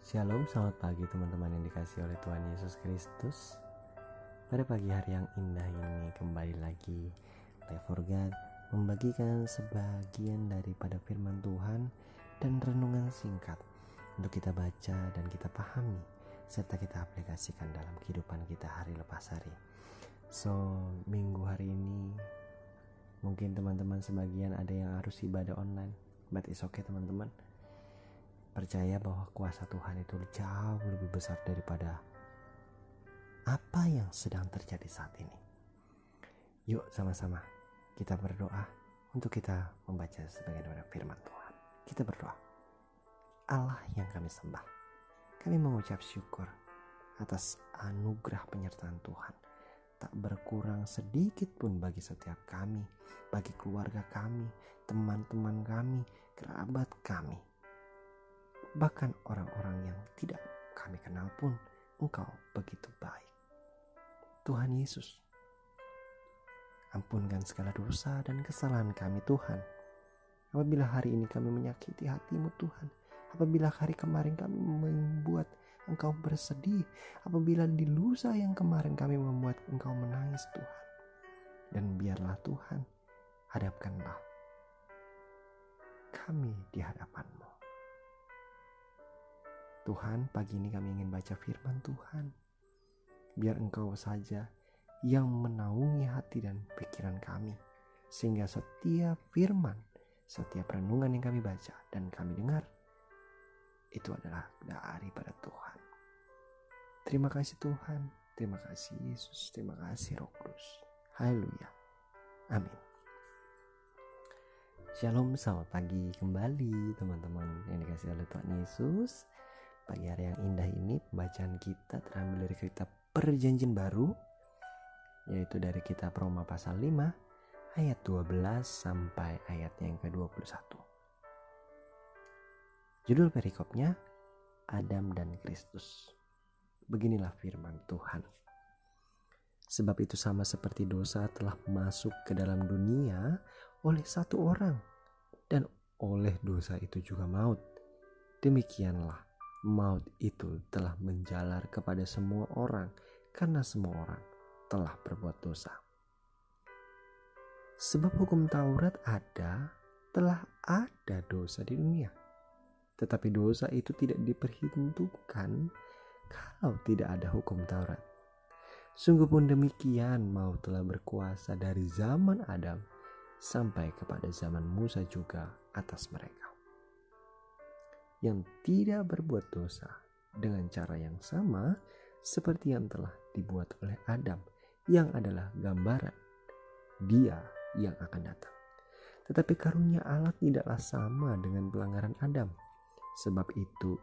Shalom, selamat pagi teman-teman yang dikasihi oleh Tuhan Yesus Kristus. Pada pagi hari yang indah ini kembali lagi Life for God membagikan sebagian daripada firman Tuhan dan renungan singkat untuk kita baca dan kita pahami serta kita aplikasikan dalam kehidupan kita hari lepas hari. So, minggu hari ini mungkin teman-teman sebagian ada yang harus ibadah online, but it's okay teman-teman. Percaya bahwa kuasa Tuhan itu jauh lebih besar daripada apa yang sedang terjadi saat ini. Yuk sama-sama kita berdoa untuk kita membaca sebagian dari firman Tuhan. Kita berdoa. Allah yang kami sembah, kami mengucap syukur atas anugerah penyertaan Tuhan. Tak berkurang sedikit pun bagi setiap kami, bagi keluarga kami, teman-teman kami, kerabat kami. Bahkan orang-orang yang tidak kami kenal pun Engkau begitu baik. Tuhan Yesus, ampunkan segala dosa dan kesalahan kami Tuhan. Apabila hari ini kami menyakiti hati-Mu Tuhan, apabila hari kemarin kami membuat Engkau bersedih, apabila di lusa yang kemarin kami membuat Engkau menangis Tuhan. Dan biarlah Tuhan, hadapkanlah kami di hadapan-Mu. Tuhan, pagi ini kami ingin baca firman Tuhan. Biar Engkau saja yang menaungi hati dan pikiran kami. Sehingga setiap firman, setiap renungan yang kami baca dan kami dengar, itu adalah daripada Tuhan. Terima kasih Tuhan, terima kasih Yesus, terima kasih Roh Kudus. Haleluya. Amin. Shalom, selamat pagi kembali teman-teman yang dikasihi oleh Tuhan Yesus. Pagi hari yang indah ini pembacaan kita terambil dari kitab Perjanjian Baru, yaitu dari kitab Roma pasal 5 ayat 12 sampai ayat yang ke-21. Judul perikopnya Adam dan Kristus. Beginilah firman Tuhan. Sebab itu sama seperti dosa telah masuk ke dalam dunia oleh satu orang, dan oleh dosa itu juga maut. Demikianlah maut itu telah menjalar kepada semua orang karena semua orang telah berbuat dosa. Sebab hukum Taurat telah ada dosa di dunia. Tetapi dosa itu tidak diperhitungkan kalau tidak ada hukum Taurat. Sungguh pun demikian, maut telah berkuasa dari zaman Adam sampai kepada zaman Musa juga atas mereka yang tidak berbuat dosa dengan cara yang sama seperti yang telah dibuat oleh Adam, yang adalah gambaran Dia yang akan datang. Tetapi karunia Allah tidaklah sama dengan pelanggaran Adam. Sebab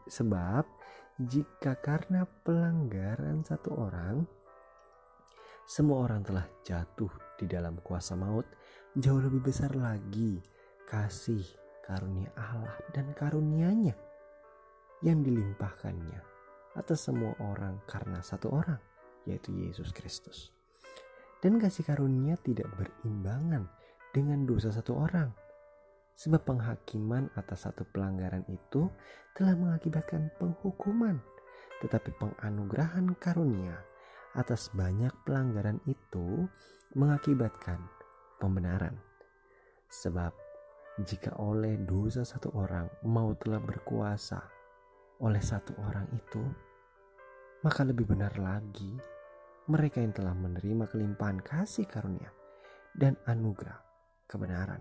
jika karena pelanggaran satu orang semua orang telah jatuh di dalam kuasa maut, jauh lebih besar lagi kasih karunia Allah dan karunia-Nya yang dilimpahkannya atas semua orang karena satu orang, yaitu Yesus Kristus. Dan kasih karunia tidak berimbangan dengan dosa satu orang. Sebab penghakiman atas satu pelanggaran itu telah mengakibatkan penghukuman. Tetapi penganugerahan karunia atas banyak pelanggaran itu mengakibatkan pembenaran. Sebab jika oleh dosa satu orang maut telah berkuasa oleh satu orang itu, maka lebih benar lagi mereka yang telah menerima kelimpahan kasih karunia dan anugerah kebenaran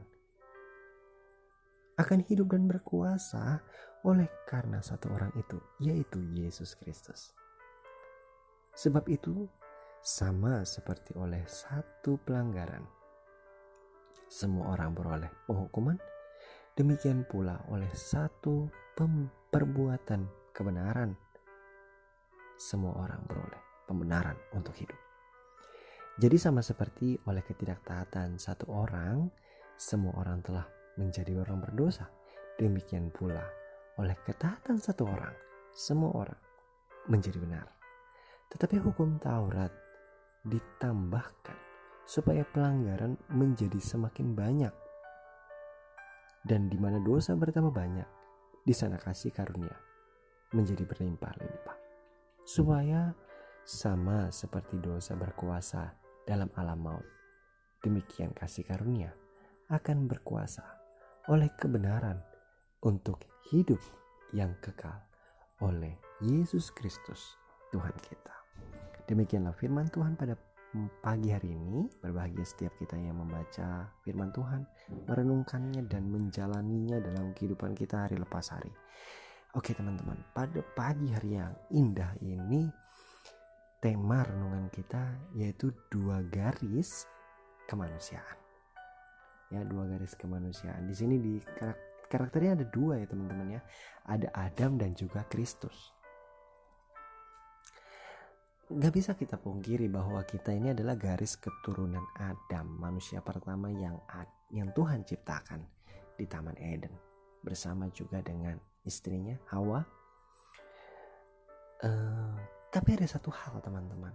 akan hidup dan berkuasa oleh karena satu orang itu, yaitu Yesus Kristus. Sebab itu sama seperti oleh satu pelanggaran semua orang beroleh penghukuman, demikian pula oleh satu perbuatan kebenaran semua orang beroleh pembenaran untuk hidup. Jadi sama seperti oleh ketidaktaatan satu orang semua orang telah menjadi orang berdosa, demikian pula oleh ketaatan satu orang semua orang menjadi benar. Tetapi hukum Taurat ditambahkan supaya pelanggaran menjadi semakin banyak. Dan di mana dosa bertambah banyak, di sana kasih karunia menjadi berlimpah-limpah. Supaya sama seperti dosa berkuasa dalam alam maut, demikian kasih karunia akan berkuasa oleh kebenaran untuk hidup yang kekal oleh Yesus Kristus Tuhan kita. Demikianlah firman Tuhan pada pagi hari ini. Berbahagia setiap kita yang membaca firman Tuhan, merenungkannya dan menjalaninya dalam kehidupan kita hari lepas hari. Oke teman-teman, pada pagi hari yang indah ini tema renungan kita yaitu 2 garis kemanusiaan. Ya, 2 garis kemanusiaan. Di sini di karakternya ada 2 ya teman-teman ya. Ada Adam dan juga Kristus. Gak bisa kita pungkiri bahwa kita ini adalah garis keturunan Adam, manusia pertama yang Tuhan ciptakan di Taman Eden, bersama juga dengan istrinya Hawa. Tapi ada satu hal teman-teman,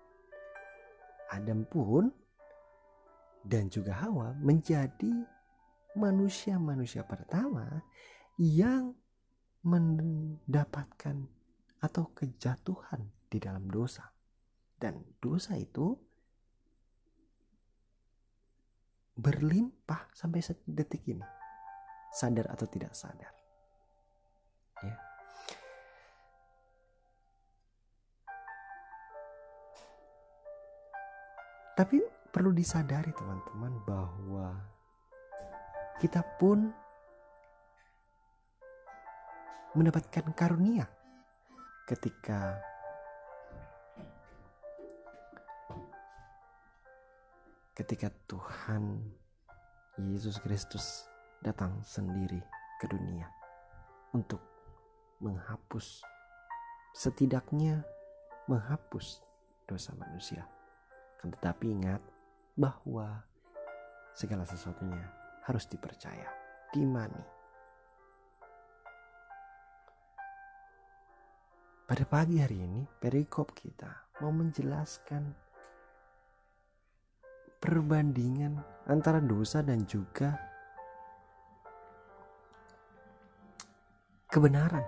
Adam pun dan juga Hawa menjadi manusia pertama yang mendapatkan atau kejatuhan di dalam dosa. Dan dosa itu berlimpah sampai detik ini, sadar atau tidak sadar. Ya. Tapi perlu disadari teman-teman bahwa kita pun mendapatkan karunia ketika Tuhan Yesus Kristus datang sendiri ke dunia untuk setidaknya menghapus dosa manusia. Tetapi ingat bahwa segala sesuatunya harus dipercaya, diimani. Pada pagi hari ini perikop kita mau menjelaskan perbandingan antara dosa dan juga kebenaran.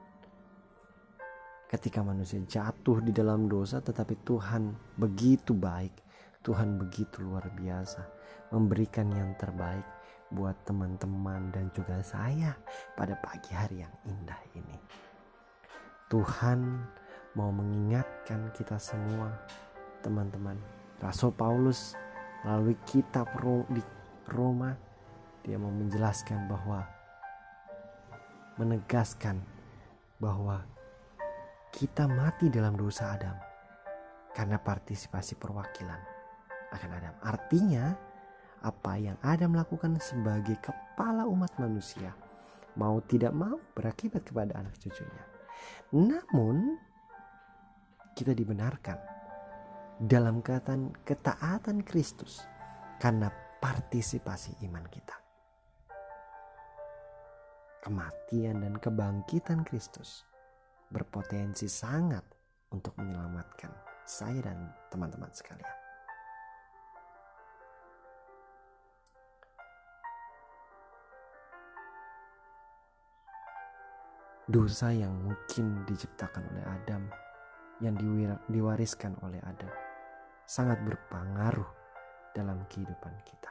Ketika manusia jatuh di dalam dosa, tetapi Tuhan begitu baik, Tuhan begitu luar biasa, memberikan yang terbaik buat teman-teman dan juga saya pada pagi hari yang indah ini. Tuhan mau mengingatkan kita semua, teman-teman. Rasul Paulus melalui kitab di Roma, dia mau menjelaskan bahwa, menegaskan bahwa kita mati dalam dosa Adam karena partisipasi perwakilan akan Adam. Artinya apa yang Adam lakukan sebagai kepala umat manusia mau tidak mau berakibat kepada anak cucunya. Namun kita dibenarkan dalam ketaatan Kristus karena partisipasi iman kita. Kematian dan kebangkitan Kristus berpotensi sangat untuk menyelamatkan saya dan teman-teman sekalian. Dosa yang mungkin diciptakan oleh Adam, yang diwariskan oleh Adam, sangat berpengaruh dalam kehidupan kita.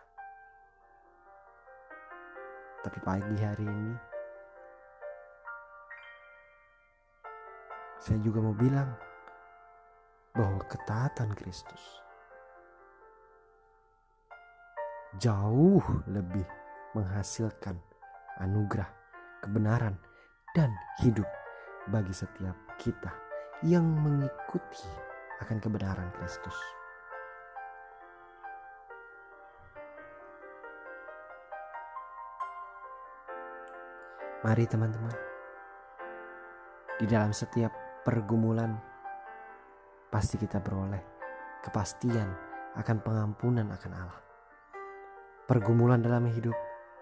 Tapi pagi hari ini saya juga mau bilang bahwa ketaatan Kristus jauh lebih menghasilkan anugerah, kebenaran, dan hidup bagi setiap kita yang mengikuti akan kebenaran Kristus. Mari teman-teman, di dalam setiap pergumulan pasti kita beroleh kepastian akan pengampunan akan Allah. Pergumulan dalam hidup,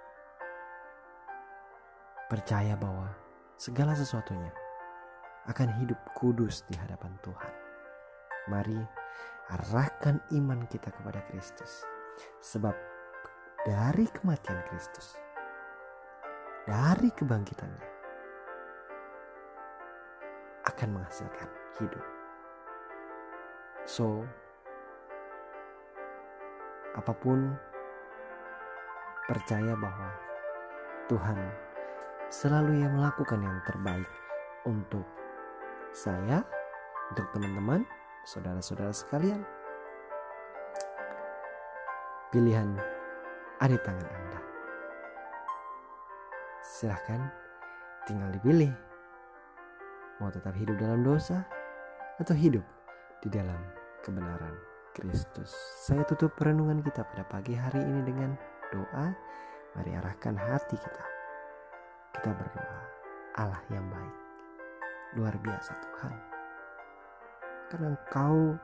percaya bahwa segala sesuatunya akan hidup kudus di hadapan Tuhan. Mari arahkan iman kita kepada Kristus, sebab dari kematian Kristus, dari kebangkitannya, akan menghasilkan hidup. So, apapun, percaya bahwa Tuhan selalu yang melakukan yang terbaik untuk saya, untuk teman-teman, saudara-saudara sekalian. Pilihan ada di tangan Anda. Silahkan tinggal dipilih. Mau tetap hidup dalam dosa atau hidup di dalam kebenaran Kristus. Saya tutup perenungan kita pada pagi hari ini dengan doa. Mari arahkan hati kita. Kita berdoa. Allah yang baik, luar biasa Tuhan. Karena Engkau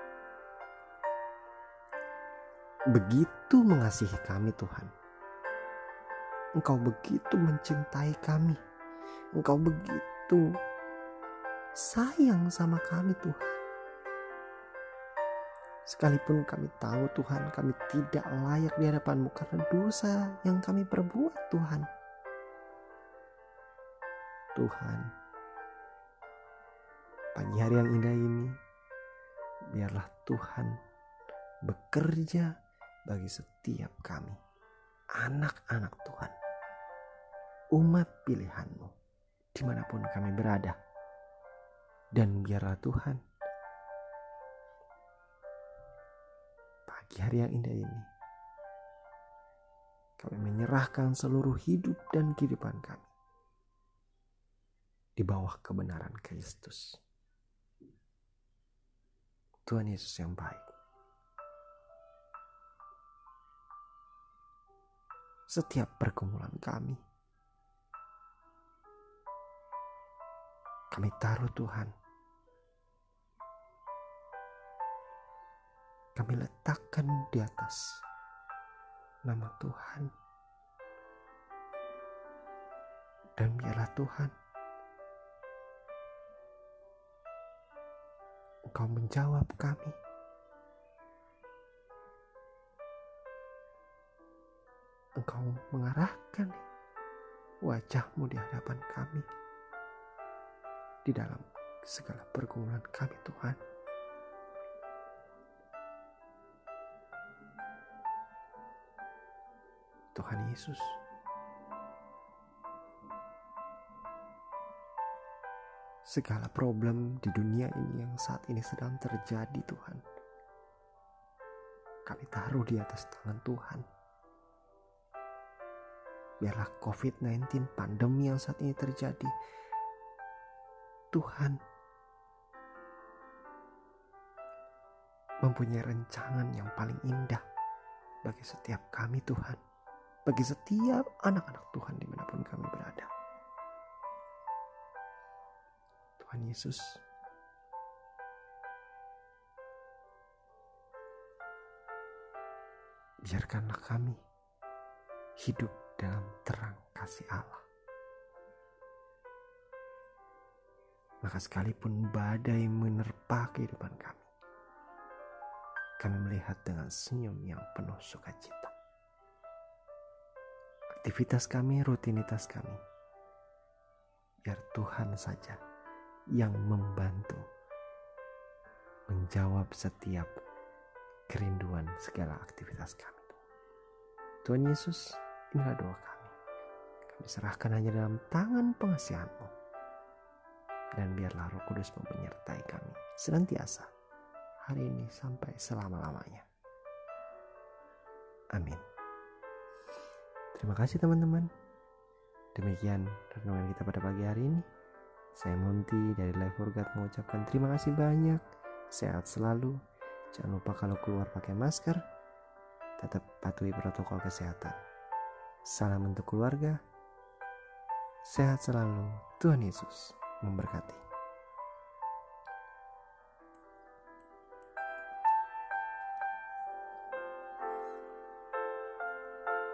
begitu mengasihi kami Tuhan. Engkau begitu mencintai kami. Engkau begitu sayang sama kami Tuhan. Sekalipun kami tahu Tuhan, kami tidak layak di hadapan-Mu karena dosa yang kami perbuat Tuhan. Tuhan, pagi hari yang indah ini, biarlah Tuhan bekerja bagi setiap kami, anak-anak Tuhan, umat pilihan-Mu, dimanapun kami berada. Dan biarlah Tuhan, pagi hari yang indah ini, kami menyerahkan seluruh hidup dan kehidupan kami di bawah kebenaran Kristus. Tuhan Yesus yang baik, setiap pergumulan kami taruh Tuhan. Kami letakkan di atas nama Tuhan. Dan biarlah Tuhan, Engkau menjawab kami. Engkau mengarahkan wajah-Mu di hadapan kami, di dalam segala pergumulan kami Tuhan. Tuhan Yesus, segala problem di dunia ini yang saat ini sedang terjadi Tuhan, kami taruh di atas tangan Tuhan. Biarlah COVID-19 pandemi yang saat ini terjadi, Tuhan mempunyai rancangan yang paling indah bagi setiap kami Tuhan, bagi setiap anak-anak Tuhan dimanapun kami berada. Tuhan Yesus, biarkanlah kami hidup dalam terang kasih Allah. Maka sekalipun badai menerpa kehidupan kami melihat dengan senyum yang penuh sukacita. Aktivitas kami, rutinitas kami, biar Tuhan saja yang membantu menjawab setiap kerinduan segala aktivitas kami. Tuhan Yesus, inilah doa kami. Kami serahkan hanya dalam tangan pengasihan-Mu. Dan biarlah Roh Kudus menyertai kami senantiasa hari ini sampai selama-lamanya. Amin. Terima kasih teman-teman. Demikian renungan kita pada pagi hari ini. Saya Monty dari Life for God mengucapkan terima kasih banyak. Sehat selalu. Jangan lupa kalau keluar pakai masker. Tetap patuhi protokol kesehatan. Salam untuk keluarga. Sehat selalu. Tuhan Yesus memberkati.